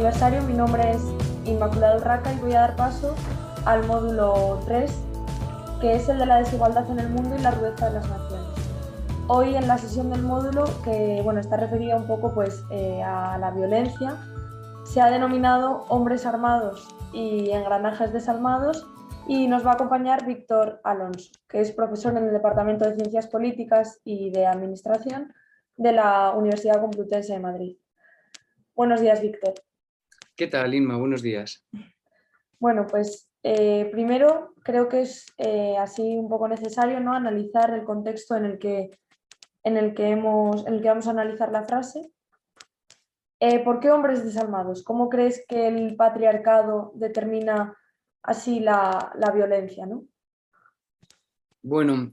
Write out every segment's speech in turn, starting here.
aniversario. Mi nombre es Inmaculada Urraca y voy a dar paso al módulo 3, que es el de la desigualdad en el mundo y la rudeza de las naciones. Hoy en la sesión del módulo, que está referida un poco a la violencia, se ha denominado hombres armados y engranajes desalmados, y nos va a acompañar Víctor Alonso, que es profesor en el Departamento de Ciencias Políticas y de Administración de la Universidad Complutense de Madrid. Buenos días, Víctor. ¿Qué tal, Inma? Buenos días. Bueno, primero creo que es así un poco necesario, ¿no?, analizar el contexto en el que vamos a analizar la frase. ¿Por qué hombres desalmados? ¿Cómo crees que el patriarcado determina así la violencia, ¿no? Bueno,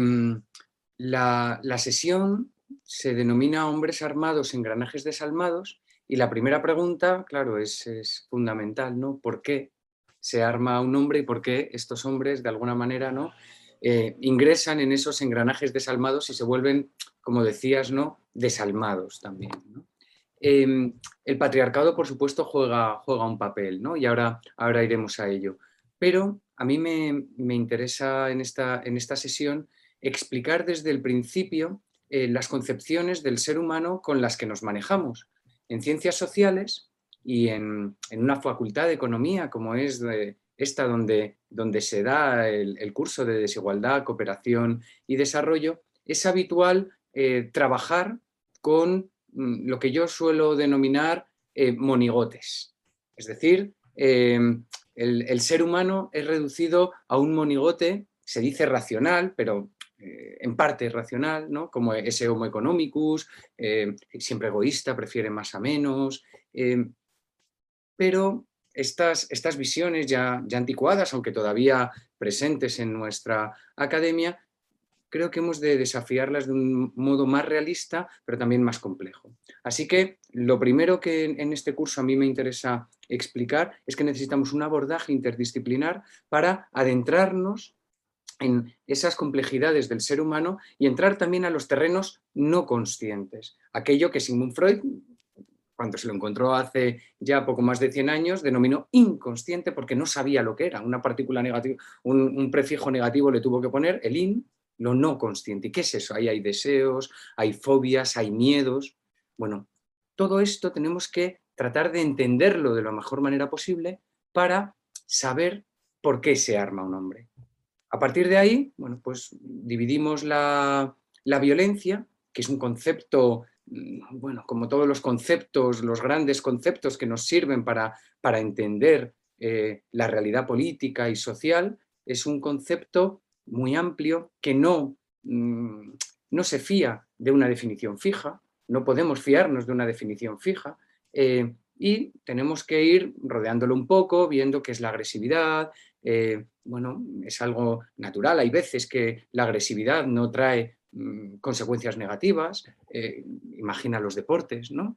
la sesión se denomina hombres armados, engranajes desalmados, y la primera pregunta, claro, es fundamental, ¿no? ¿Por qué se arma un hombre y por qué estos hombres, de alguna manera, ¿no?, ingresan en esos engranajes desalmados y se vuelven, como decías, ¿no?, desalmados también, ¿no? El patriarcado, por supuesto, juega un papel, ¿no? Y ahora iremos a ello. Pero a mí me interesa en esta sesión explicar desde el principio las concepciones del ser humano con las que nos manejamos. En ciencias sociales y en una facultad de economía como es esta donde se da el curso de desigualdad, cooperación y desarrollo, es habitual trabajar con lo que yo suelo denominar monigotes. Es decir, el ser humano es reducido a un monigote, se dice racional, pero en parte racional, ¿no?, como ese Homo economicus, siempre egoísta, prefiere más a menos, pero estas visiones ya anticuadas, aunque todavía presentes en nuestra academia, creo que hemos de desafiarlas de un modo más realista, pero también más complejo. Así que lo primero que en este curso a mí me interesa explicar es que necesitamos un abordaje interdisciplinar para adentrarnos en esas complejidades del ser humano y entrar también a los terrenos no conscientes. Aquello que Sigmund Freud, cuando se lo encontró hace ya poco más de 100 años, denominó inconsciente porque no sabía lo que era. Una partícula negativa, un prefijo negativo le tuvo que poner, el in, lo no consciente. ¿Y qué es eso? Ahí hay deseos, hay fobias, hay miedos. Bueno, todo esto tenemos que tratar de entenderlo de la mejor manera posible para saber por qué se arma un hombre. A partir de ahí, pues dividimos la violencia, que es un concepto, como todos los conceptos, los grandes conceptos que nos sirven para entender la realidad política y social, es un concepto muy amplio que no se fía de una definición fija, no podemos fiarnos de una definición fija, y tenemos que ir rodeándolo un poco, viendo qué es la agresividad. Es algo natural, hay veces que la agresividad no trae consecuencias negativas, imagina los deportes, ¿no?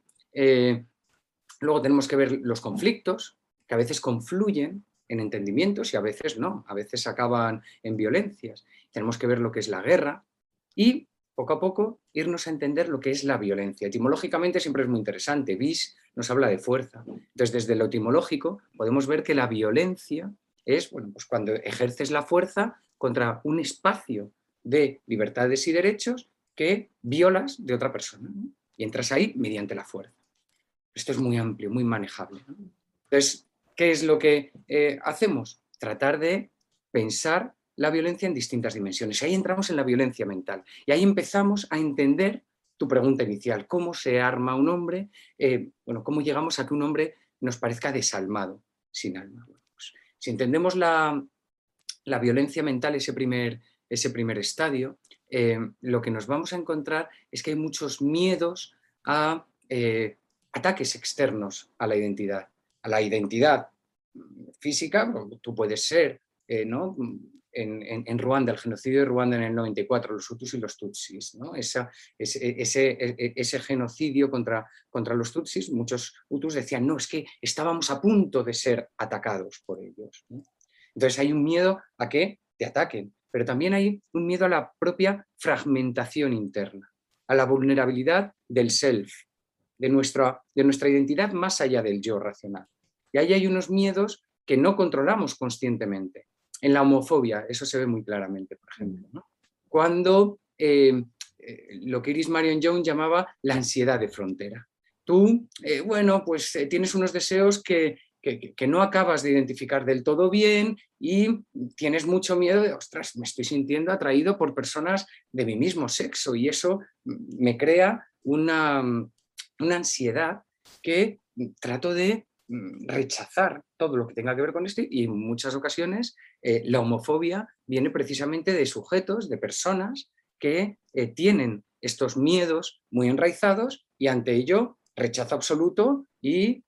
Luego tenemos que ver los conflictos, que a veces confluyen en entendimientos y a veces no, a veces acaban en violencias. Tenemos que ver lo que es la guerra y poco a poco irnos a entender lo que es la violencia. Etimológicamente siempre es muy interesante, vis nos habla de fuerza. Entonces, desde lo etimológico podemos ver que la violencia es pues cuando ejerces la fuerza contra un espacio de libertades y derechos que violas de otra persona, ¿no? Y entras ahí mediante la fuerza. Esto es muy amplio, muy manejable, ¿no? Entonces, ¿qué es lo que hacemos? Tratar de pensar la violencia en distintas dimensiones. Ahí entramos en la violencia mental y ahí empezamos a entender tu pregunta inicial, ¿cómo se arma un hombre? ¿Cómo llegamos a que un hombre nos parezca desalmado, sin alma? Pues, si entendemos la violencia mental, ese primer estadio, lo que nos vamos a encontrar es que hay muchos miedos a ataques externos a la identidad. A la identidad física, tú puedes ser, ¿no?, en Ruanda, el genocidio de Ruanda en el 94, los Hutus y los Tutsis, ¿no? Ese genocidio contra los Tutsis, muchos Hutus decían, no, es que estábamos a punto de ser atacados por ellos, ¿no? Entonces hay un miedo a que te ataquen, pero también hay un miedo a la propia fragmentación interna, a la vulnerabilidad del self, de nuestra identidad más allá del yo racional. Y ahí hay unos miedos que no controlamos conscientemente. En la homofobia, eso se ve muy claramente, por ejemplo, ¿no? Cuando lo que Iris Marion Jones llamaba la ansiedad de frontera. Tú, bueno, pues tienes unos deseos que no acabas de identificar del todo bien y tienes mucho miedo de, ostras, me estoy sintiendo atraído por personas de mi mismo sexo y eso me crea una ansiedad que trato de rechazar todo lo que tenga que ver con esto y en muchas ocasiones la homofobia viene precisamente de sujetos, de personas que tienen estos miedos muy enraizados y ante ello rechazo absoluto y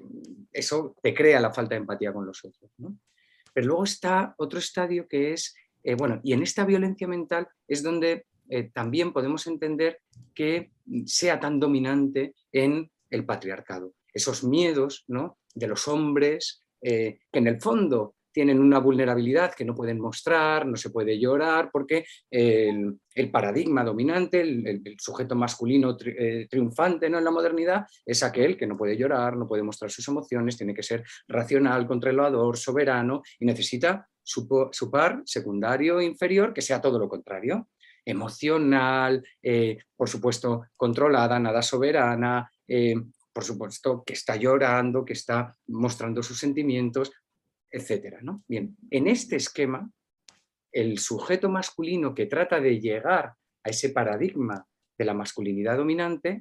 eso te crea la falta de empatía con los otros, ¿no? Pero luego está otro estadio que es, bueno, y en esta violencia mental es donde también podemos entender que sea tan dominante en el patriarcado. Esos miedos, ¿no?, de los hombres que en el fondo tienen una vulnerabilidad que no pueden mostrar, no se puede llorar, porque el paradigma dominante, el sujeto masculino triunfante, ¿no?, en la modernidad, es aquel que no puede llorar, no puede mostrar sus emociones, tiene que ser racional, controlador, soberano, y necesita su par secundario inferior que sea todo lo contrario. Emocional, por supuesto, controlada, nada soberana, por supuesto, que está llorando, que está mostrando sus sentimientos, etcétera, ¿no? Bien, en este esquema, el sujeto masculino que trata de llegar a ese paradigma de la masculinidad dominante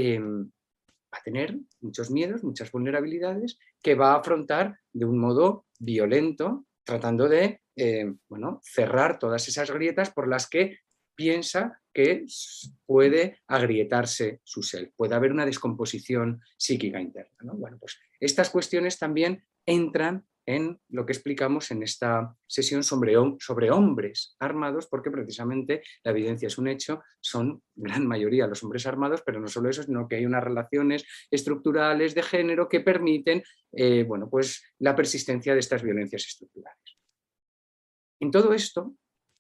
va a tener muchos miedos, muchas vulnerabilidades que va a afrontar de un modo violento, tratando de bueno, cerrar todas esas grietas por las que piensa que puede agrietarse su ser, puede haber una descomposición psíquica interna, ¿no? Bueno, pues estas cuestiones también entran en lo que explicamos en esta sesión sobre hombres armados, porque precisamente la evidencia es un hecho, son gran mayoría los hombres armados, pero no solo eso, sino que hay unas relaciones estructurales de género que permiten bueno, pues la persistencia de estas violencias estructurales. En todo esto,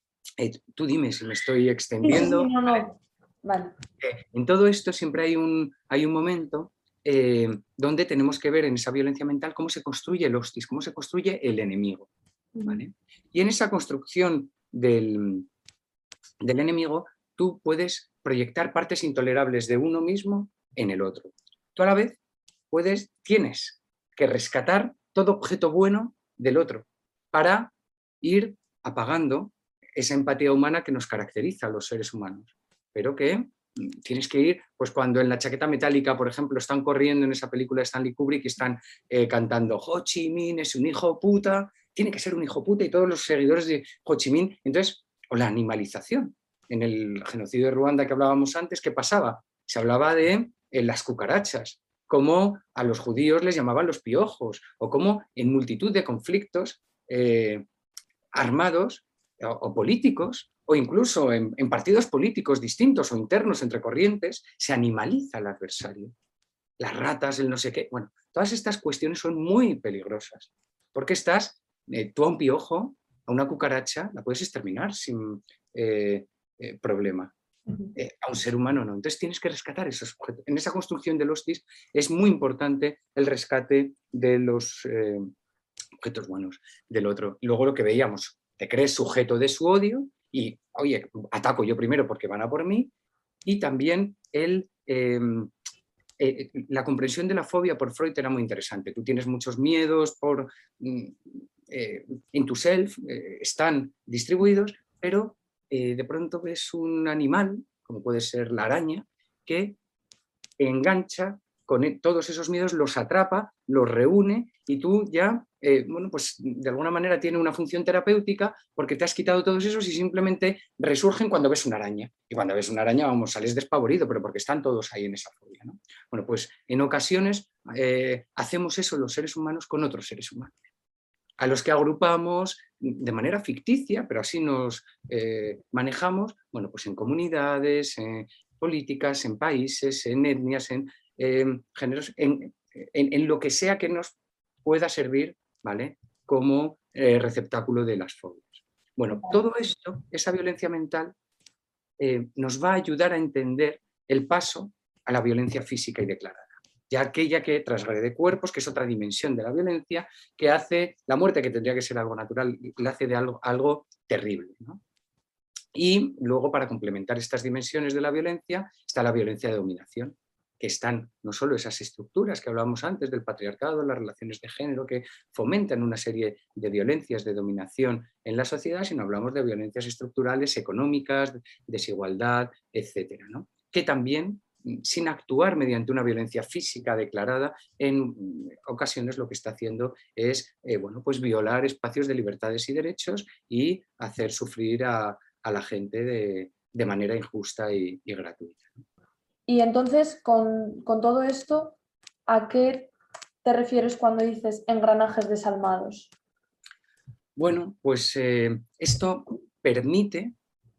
tú dime si me estoy extendiendo. Sí, no. Vale. En todo esto siempre hay un momento donde tenemos que ver en esa violencia mental cómo se construye el hostis, cómo se construye el enemigo, ¿vale? Y en esa construcción del enemigo tú puedes proyectar partes intolerables de uno mismo en el otro. Tú a la vez tienes que rescatar todo objeto bueno del otro para ir apagando esa empatía humana que nos caracteriza a los seres humanos, pero que tienes que ir, pues cuando en La chaqueta metálica, por ejemplo, están corriendo en esa película de Stanley Kubrick y están cantando Ho Chi Minh es un hijo puta, tiene que ser un hijo puta, y todos los seguidores de Ho Chi Minh, entonces, o la animalización. En el genocidio de Ruanda que hablábamos antes, ¿qué pasaba? Se hablaba de las cucarachas, cómo a los judíos les llamaban los piojos, o cómo en multitud de conflictos armados o políticos, o incluso en partidos políticos distintos o internos entre corrientes, se animaliza al adversario. Las ratas, el no sé qué. Bueno, todas estas cuestiones son muy peligrosas, porque tú a un piojo, a una cucaracha, la puedes exterminar sin problema. A un ser humano no. Entonces tienes que rescatar esos objetos. En esa construcción del hostis es muy importante el rescate de los objetos buenos del otro. Y luego lo que veíamos, te crees sujeto de su odio y, oye, ataco yo primero porque van a por mí, y también la comprensión de la fobia por Freud era muy interesante. Tú tienes muchos miedos en tu self, están distribuidos, pero de pronto ves un animal, como puede ser la araña, que engancha con todos esos miedos, los atrapa, los reúne y tú ya, bueno, pues de alguna manera tiene una función terapéutica porque te has quitado todos esos y simplemente resurgen cuando ves una araña. Y cuando ves una araña, vamos, sales despavorido, pero porque están todos ahí en esa fobia, ¿no? Bueno, pues en ocasiones hacemos eso los seres humanos con otros seres humanos, a los que agrupamos de manera ficticia, pero así nos manejamos, bueno, pues en comunidades, políticas, en países, en etnias, en géneros, en lo que sea que nos pueda servir, ¿vale?, como receptáculo de las fobias. Bueno, todo esto, esa violencia mental, nos va a ayudar a entender el paso a la violencia física y declarada, ya aquella que transgrede cuerpos, que es otra dimensión de la violencia, que hace la muerte, que tendría que ser algo natural, la hace de algo terrible, ¿no? Y luego, para complementar estas dimensiones de la violencia, está la violencia de dominación, que están no solo esas estructuras que hablábamos antes del patriarcado, las relaciones de género, que fomentan una serie de violencias de dominación en la sociedad, sino hablamos de violencias estructurales, económicas, desigualdad, etcétera, ¿no? Que también, sin actuar mediante una violencia física declarada, en ocasiones lo que está haciendo es bueno, pues violar espacios de libertades y derechos y hacer sufrir a la gente de manera injusta y gratuita. Y entonces, con todo esto, ¿a qué te refieres cuando dices engranajes desalmados? Bueno, pues esto permite,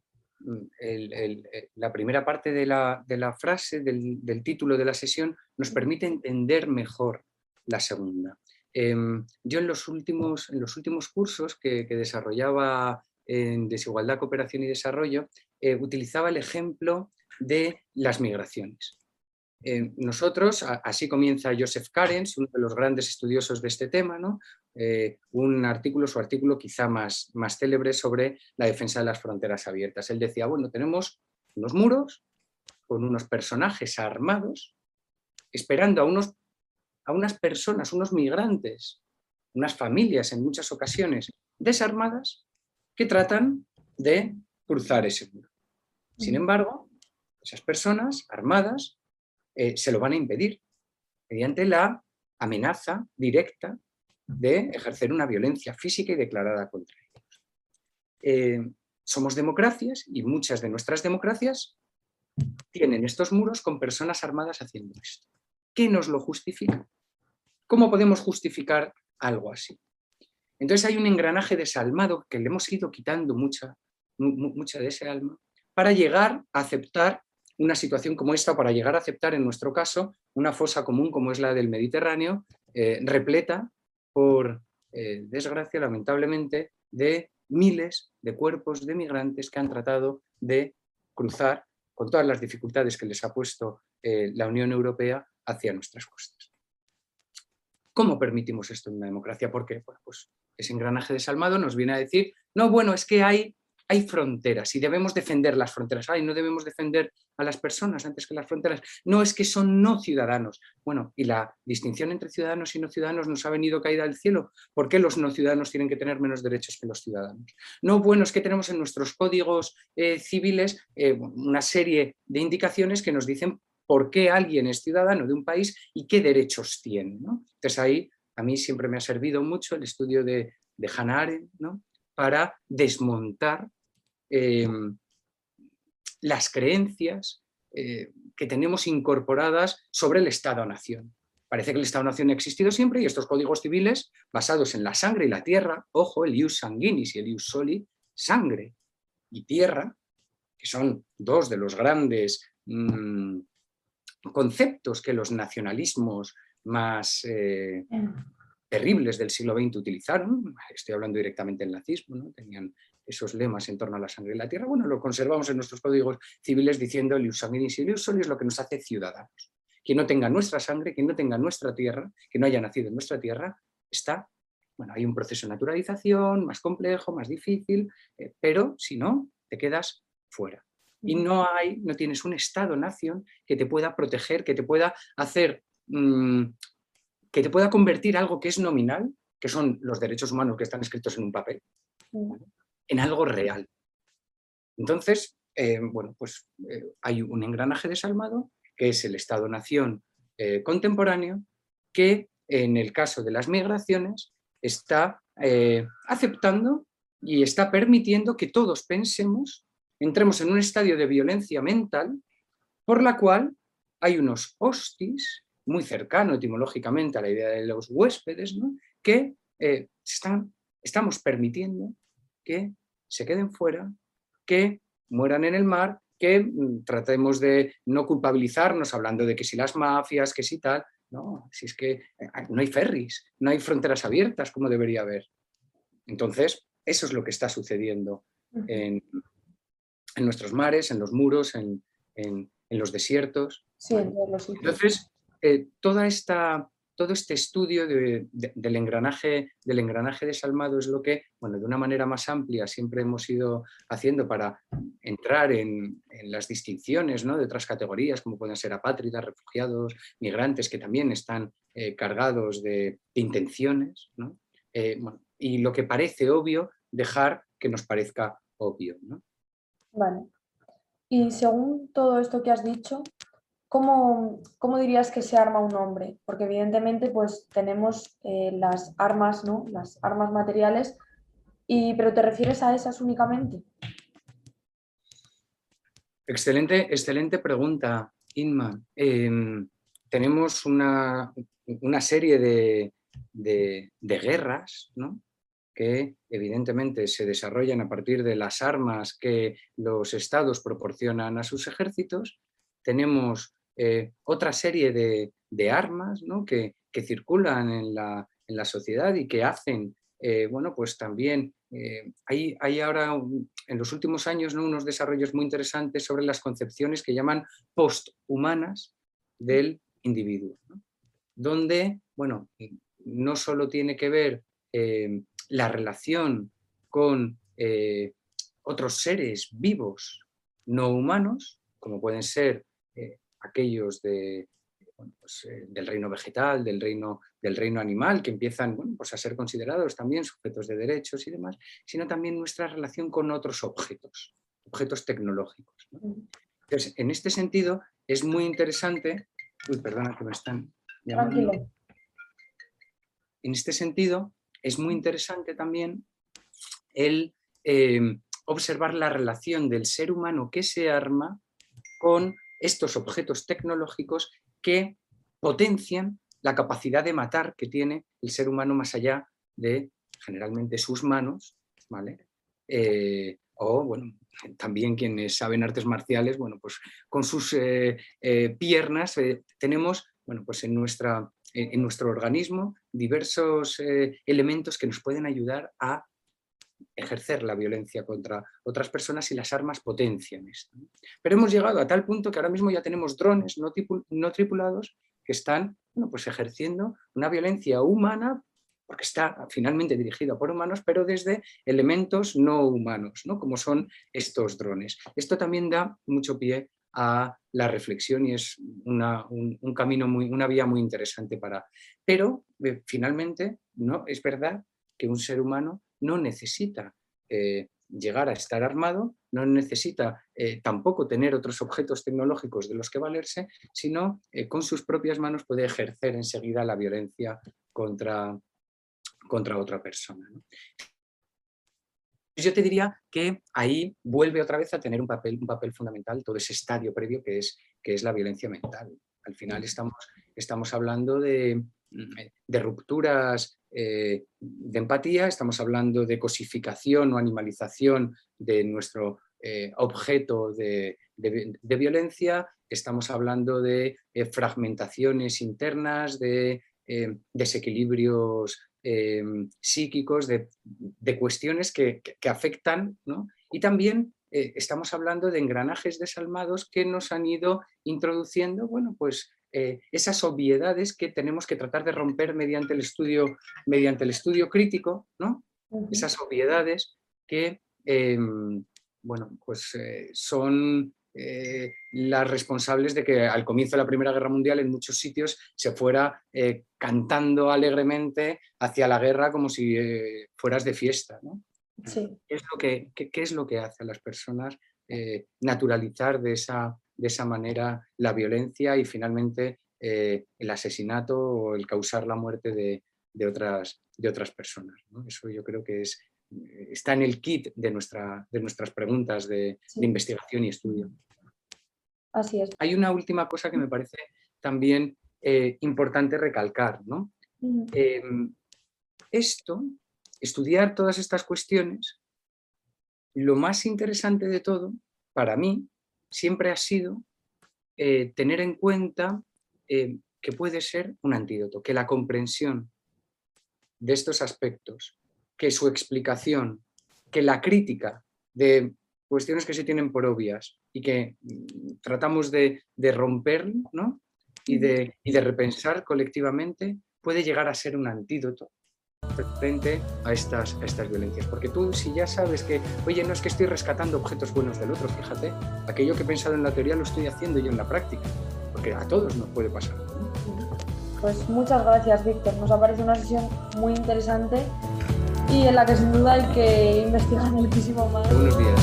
la primera parte de la frase, del título de la sesión, nos permite entender mejor la segunda. Yo en los últimos cursos que desarrollaba en Desigualdad, Cooperación y Desarrollo, utilizaba el ejemplo de las migraciones. Nosotros, así comienza Joseph Carens, uno de los grandes estudiosos de este tema, ¿no? Su artículo quizá más célebre sobre la defensa de las fronteras abiertas. Él decía, bueno, tenemos unos muros con unos personajes armados esperando a unas personas, unos migrantes, unas familias en muchas ocasiones desarmadas que tratan de cruzar ese muro. Sin embargo, esas personas armadas se lo van a impedir mediante la amenaza directa de ejercer una violencia física y declarada contra ellos. Somos democracias y muchas de nuestras democracias tienen estos muros con personas armadas haciendo esto. ¿Qué nos lo justifica? ¿Cómo podemos justificar algo así? Entonces hay un engranaje desalmado que le hemos ido quitando mucha de ese alma para llegar a aceptar una situación como esta, para llegar a aceptar, en nuestro caso, una fosa común como es la del Mediterráneo, repleta por desgracia, lamentablemente, de miles de cuerpos de migrantes que han tratado de cruzar, con todas las dificultades que les ha puesto la Unión Europea, hacia nuestras costas. ¿Cómo permitimos esto en una democracia? Porque bueno, pues ese engranaje desalmado nos viene a decir, no, bueno, es que hay fronteras y debemos defender las fronteras. Ay, no debemos defender a las personas antes que las fronteras. No, es que son no ciudadanos. Bueno, y la distinción entre ciudadanos y no ciudadanos nos ha venido caída del cielo. ¿Por qué los no ciudadanos tienen que tener menos derechos que los ciudadanos? No, bueno, es que tenemos en nuestros códigos civiles una serie de indicaciones que nos dicen por qué alguien es ciudadano de un país y qué derechos tiene, ¿no? Entonces ahí a mí siempre me ha servido mucho el estudio de Hannah Arendt, ¿no? Para desmontar las creencias que tenemos incorporadas sobre el Estado-Nación. Parece que el Estado-Nación ha existido siempre y estos códigos civiles, basados en la sangre y la tierra, ojo, el ius sanguinis y el ius soli, sangre y tierra, que son dos de los grandes conceptos que los nacionalismos más terribles del siglo XX utilizaron. Estoy hablando directamente del nazismo, ¿no? Tenían esos lemas en torno a la sangre y la tierra. Bueno, lo conservamos en nuestros códigos civiles diciendo el ius sanguinis y el ius soli es lo que nos hace ciudadanos. Quien no tenga nuestra sangre, quien no tenga nuestra tierra, que no haya nacido en nuestra tierra, está, bueno, hay un proceso de naturalización más complejo, más difícil, pero si no, te quedas fuera. Y no tienes un Estado-nación que te pueda proteger, que te pueda hacer, que te pueda convertir algo que es nominal, que son los derechos humanos que están escritos en un papel, en algo real. Entonces, bueno, pues hay un engranaje desalmado, que es el Estado-nación contemporáneo, que en el caso de las migraciones está aceptando y está permitiendo que todos pensemos, entremos en un estadio de violencia mental por la cual hay unos hostis, muy cercano etimológicamente a la idea de los huéspedes, ¿no? Que estamos permitiendo que se queden fuera, que mueran en el mar, que tratemos de no culpabilizarnos hablando de que si las mafias, que si tal. No, si es que no hay ferries, no hay fronteras abiertas como debería haber. Entonces, eso es lo que está sucediendo en nuestros mares, en los muros, en los desiertos. Sí, en todos los sitios. Entonces, todo este estudio del engranaje desalmado es lo que, bueno, de una manera más amplia siempre hemos ido haciendo para entrar en las distinciones, ¿no?, de otras categorías, como pueden ser apátridas, refugiados, migrantes, que también están cargados de intenciones, ¿no? Bueno, y lo que parece obvio, dejar que nos parezca obvio, ¿no? Vale. Y según todo esto que has dicho, ¿cómo dirías que se arma un hombre? Porque evidentemente pues tenemos las armas, ¿no? Las armas materiales, pero ¿te refieres a esas únicamente? Excelente pregunta, Inma. Tenemos una serie de guerras, ¿no?, que evidentemente se desarrollan a partir de las armas que los estados proporcionan a sus ejércitos. Tenemos otra serie de armas, ¿no?, que circulan en la sociedad y que hacen, bueno, pues también hay ahora en los últimos años, ¿no?, unos desarrollos muy interesantes sobre las concepciones que llaman posthumanas del individuo, ¿no?, donde, bueno, no solo tiene que ver la relación con otros seres vivos no humanos, como pueden ser aquellos bueno, pues, del reino vegetal, del reino animal, que empiezan, bueno, pues a ser considerados también sujetos de derechos y demás, sino también nuestra relación con otros objetos tecnológicos, ¿no? Entonces, en este sentido, es muy interesante... Uy, perdona que me están llamando. Tranquilo. En este sentido, es muy interesante también el observar la relación del ser humano que se arma con estos objetos tecnológicos que potencian la capacidad de matar que tiene el ser humano más allá de, generalmente, sus manos, ¿vale? O, bueno, también quienes saben artes marciales, bueno, pues con sus piernas tenemos, bueno, pues en nuestro organismo diversos elementos que nos pueden ayudar a ejercer la violencia contra otras personas, y las armas potencian esto, ¿no? Pero hemos llegado a tal punto que ahora mismo ya tenemos drones no tripulados que están, bueno, pues ejerciendo una violencia humana, porque está finalmente dirigida por humanos, pero desde elementos no humanos, ¿no?, como son estos drones. Esto también da mucho pie a la reflexión y es un camino una vía muy interesante para... Pero finalmente, no es verdad que un ser humano no necesita llegar a estar armado, no necesita tampoco tener otros objetos tecnológicos de los que valerse, sino con sus propias manos puede ejercer enseguida la violencia contra otra persona, ¿no? Yo te diría que ahí vuelve otra vez a tener un papel fundamental todo ese estadio previo que es la violencia mental. Al final estamos hablando de rupturas de empatía, estamos hablando de cosificación o animalización de nuestro objeto de violencia, estamos hablando de fragmentaciones internas, de desequilibrios psíquicos, de cuestiones que afectan, ¿no? Y también estamos hablando de engranajes desalmados que nos han ido introduciendo, bueno, pues esas obviedades que tenemos que tratar de romper mediante el estudio crítico, ¿no? Esas obviedades que bueno, pues son las responsables de que al comienzo de la Primera Guerra Mundial en muchos sitios se fuera cantando alegremente hacia la guerra como si fueras de fiesta, ¿no? Sí. ¿Qué es lo que hace a las personas naturalizar de esa manera la violencia y finalmente el asesinato o el causar la muerte de otras personas, ¿no? Eso yo creo que está en el kit de nuestras preguntas de investigación y estudio. Así es. Hay una última cosa que me parece también importante recalcar, ¿no? Estudiar todas estas cuestiones, lo más interesante de todo, para mí, siempre ha sido tener en cuenta que puede ser un antídoto, que la comprensión de estos aspectos, que su explicación, que la crítica de cuestiones que se tienen por obvias y que tratamos de romper, ¿no? y de repensar colectivamente, puede llegar a ser un antídoto frente a estas violencias. Porque tú, si ya sabes que, oye, no es que estoy rescatando objetos buenos del otro, fíjate, aquello que he pensado en la teoría lo estoy haciendo yo en la práctica, porque a todos nos puede pasar, ¿no? Pues muchas gracias, Víctor. Nos ha parecido una sesión muy interesante y en la que sin duda hay que investigar muchísimo más. Buenos días.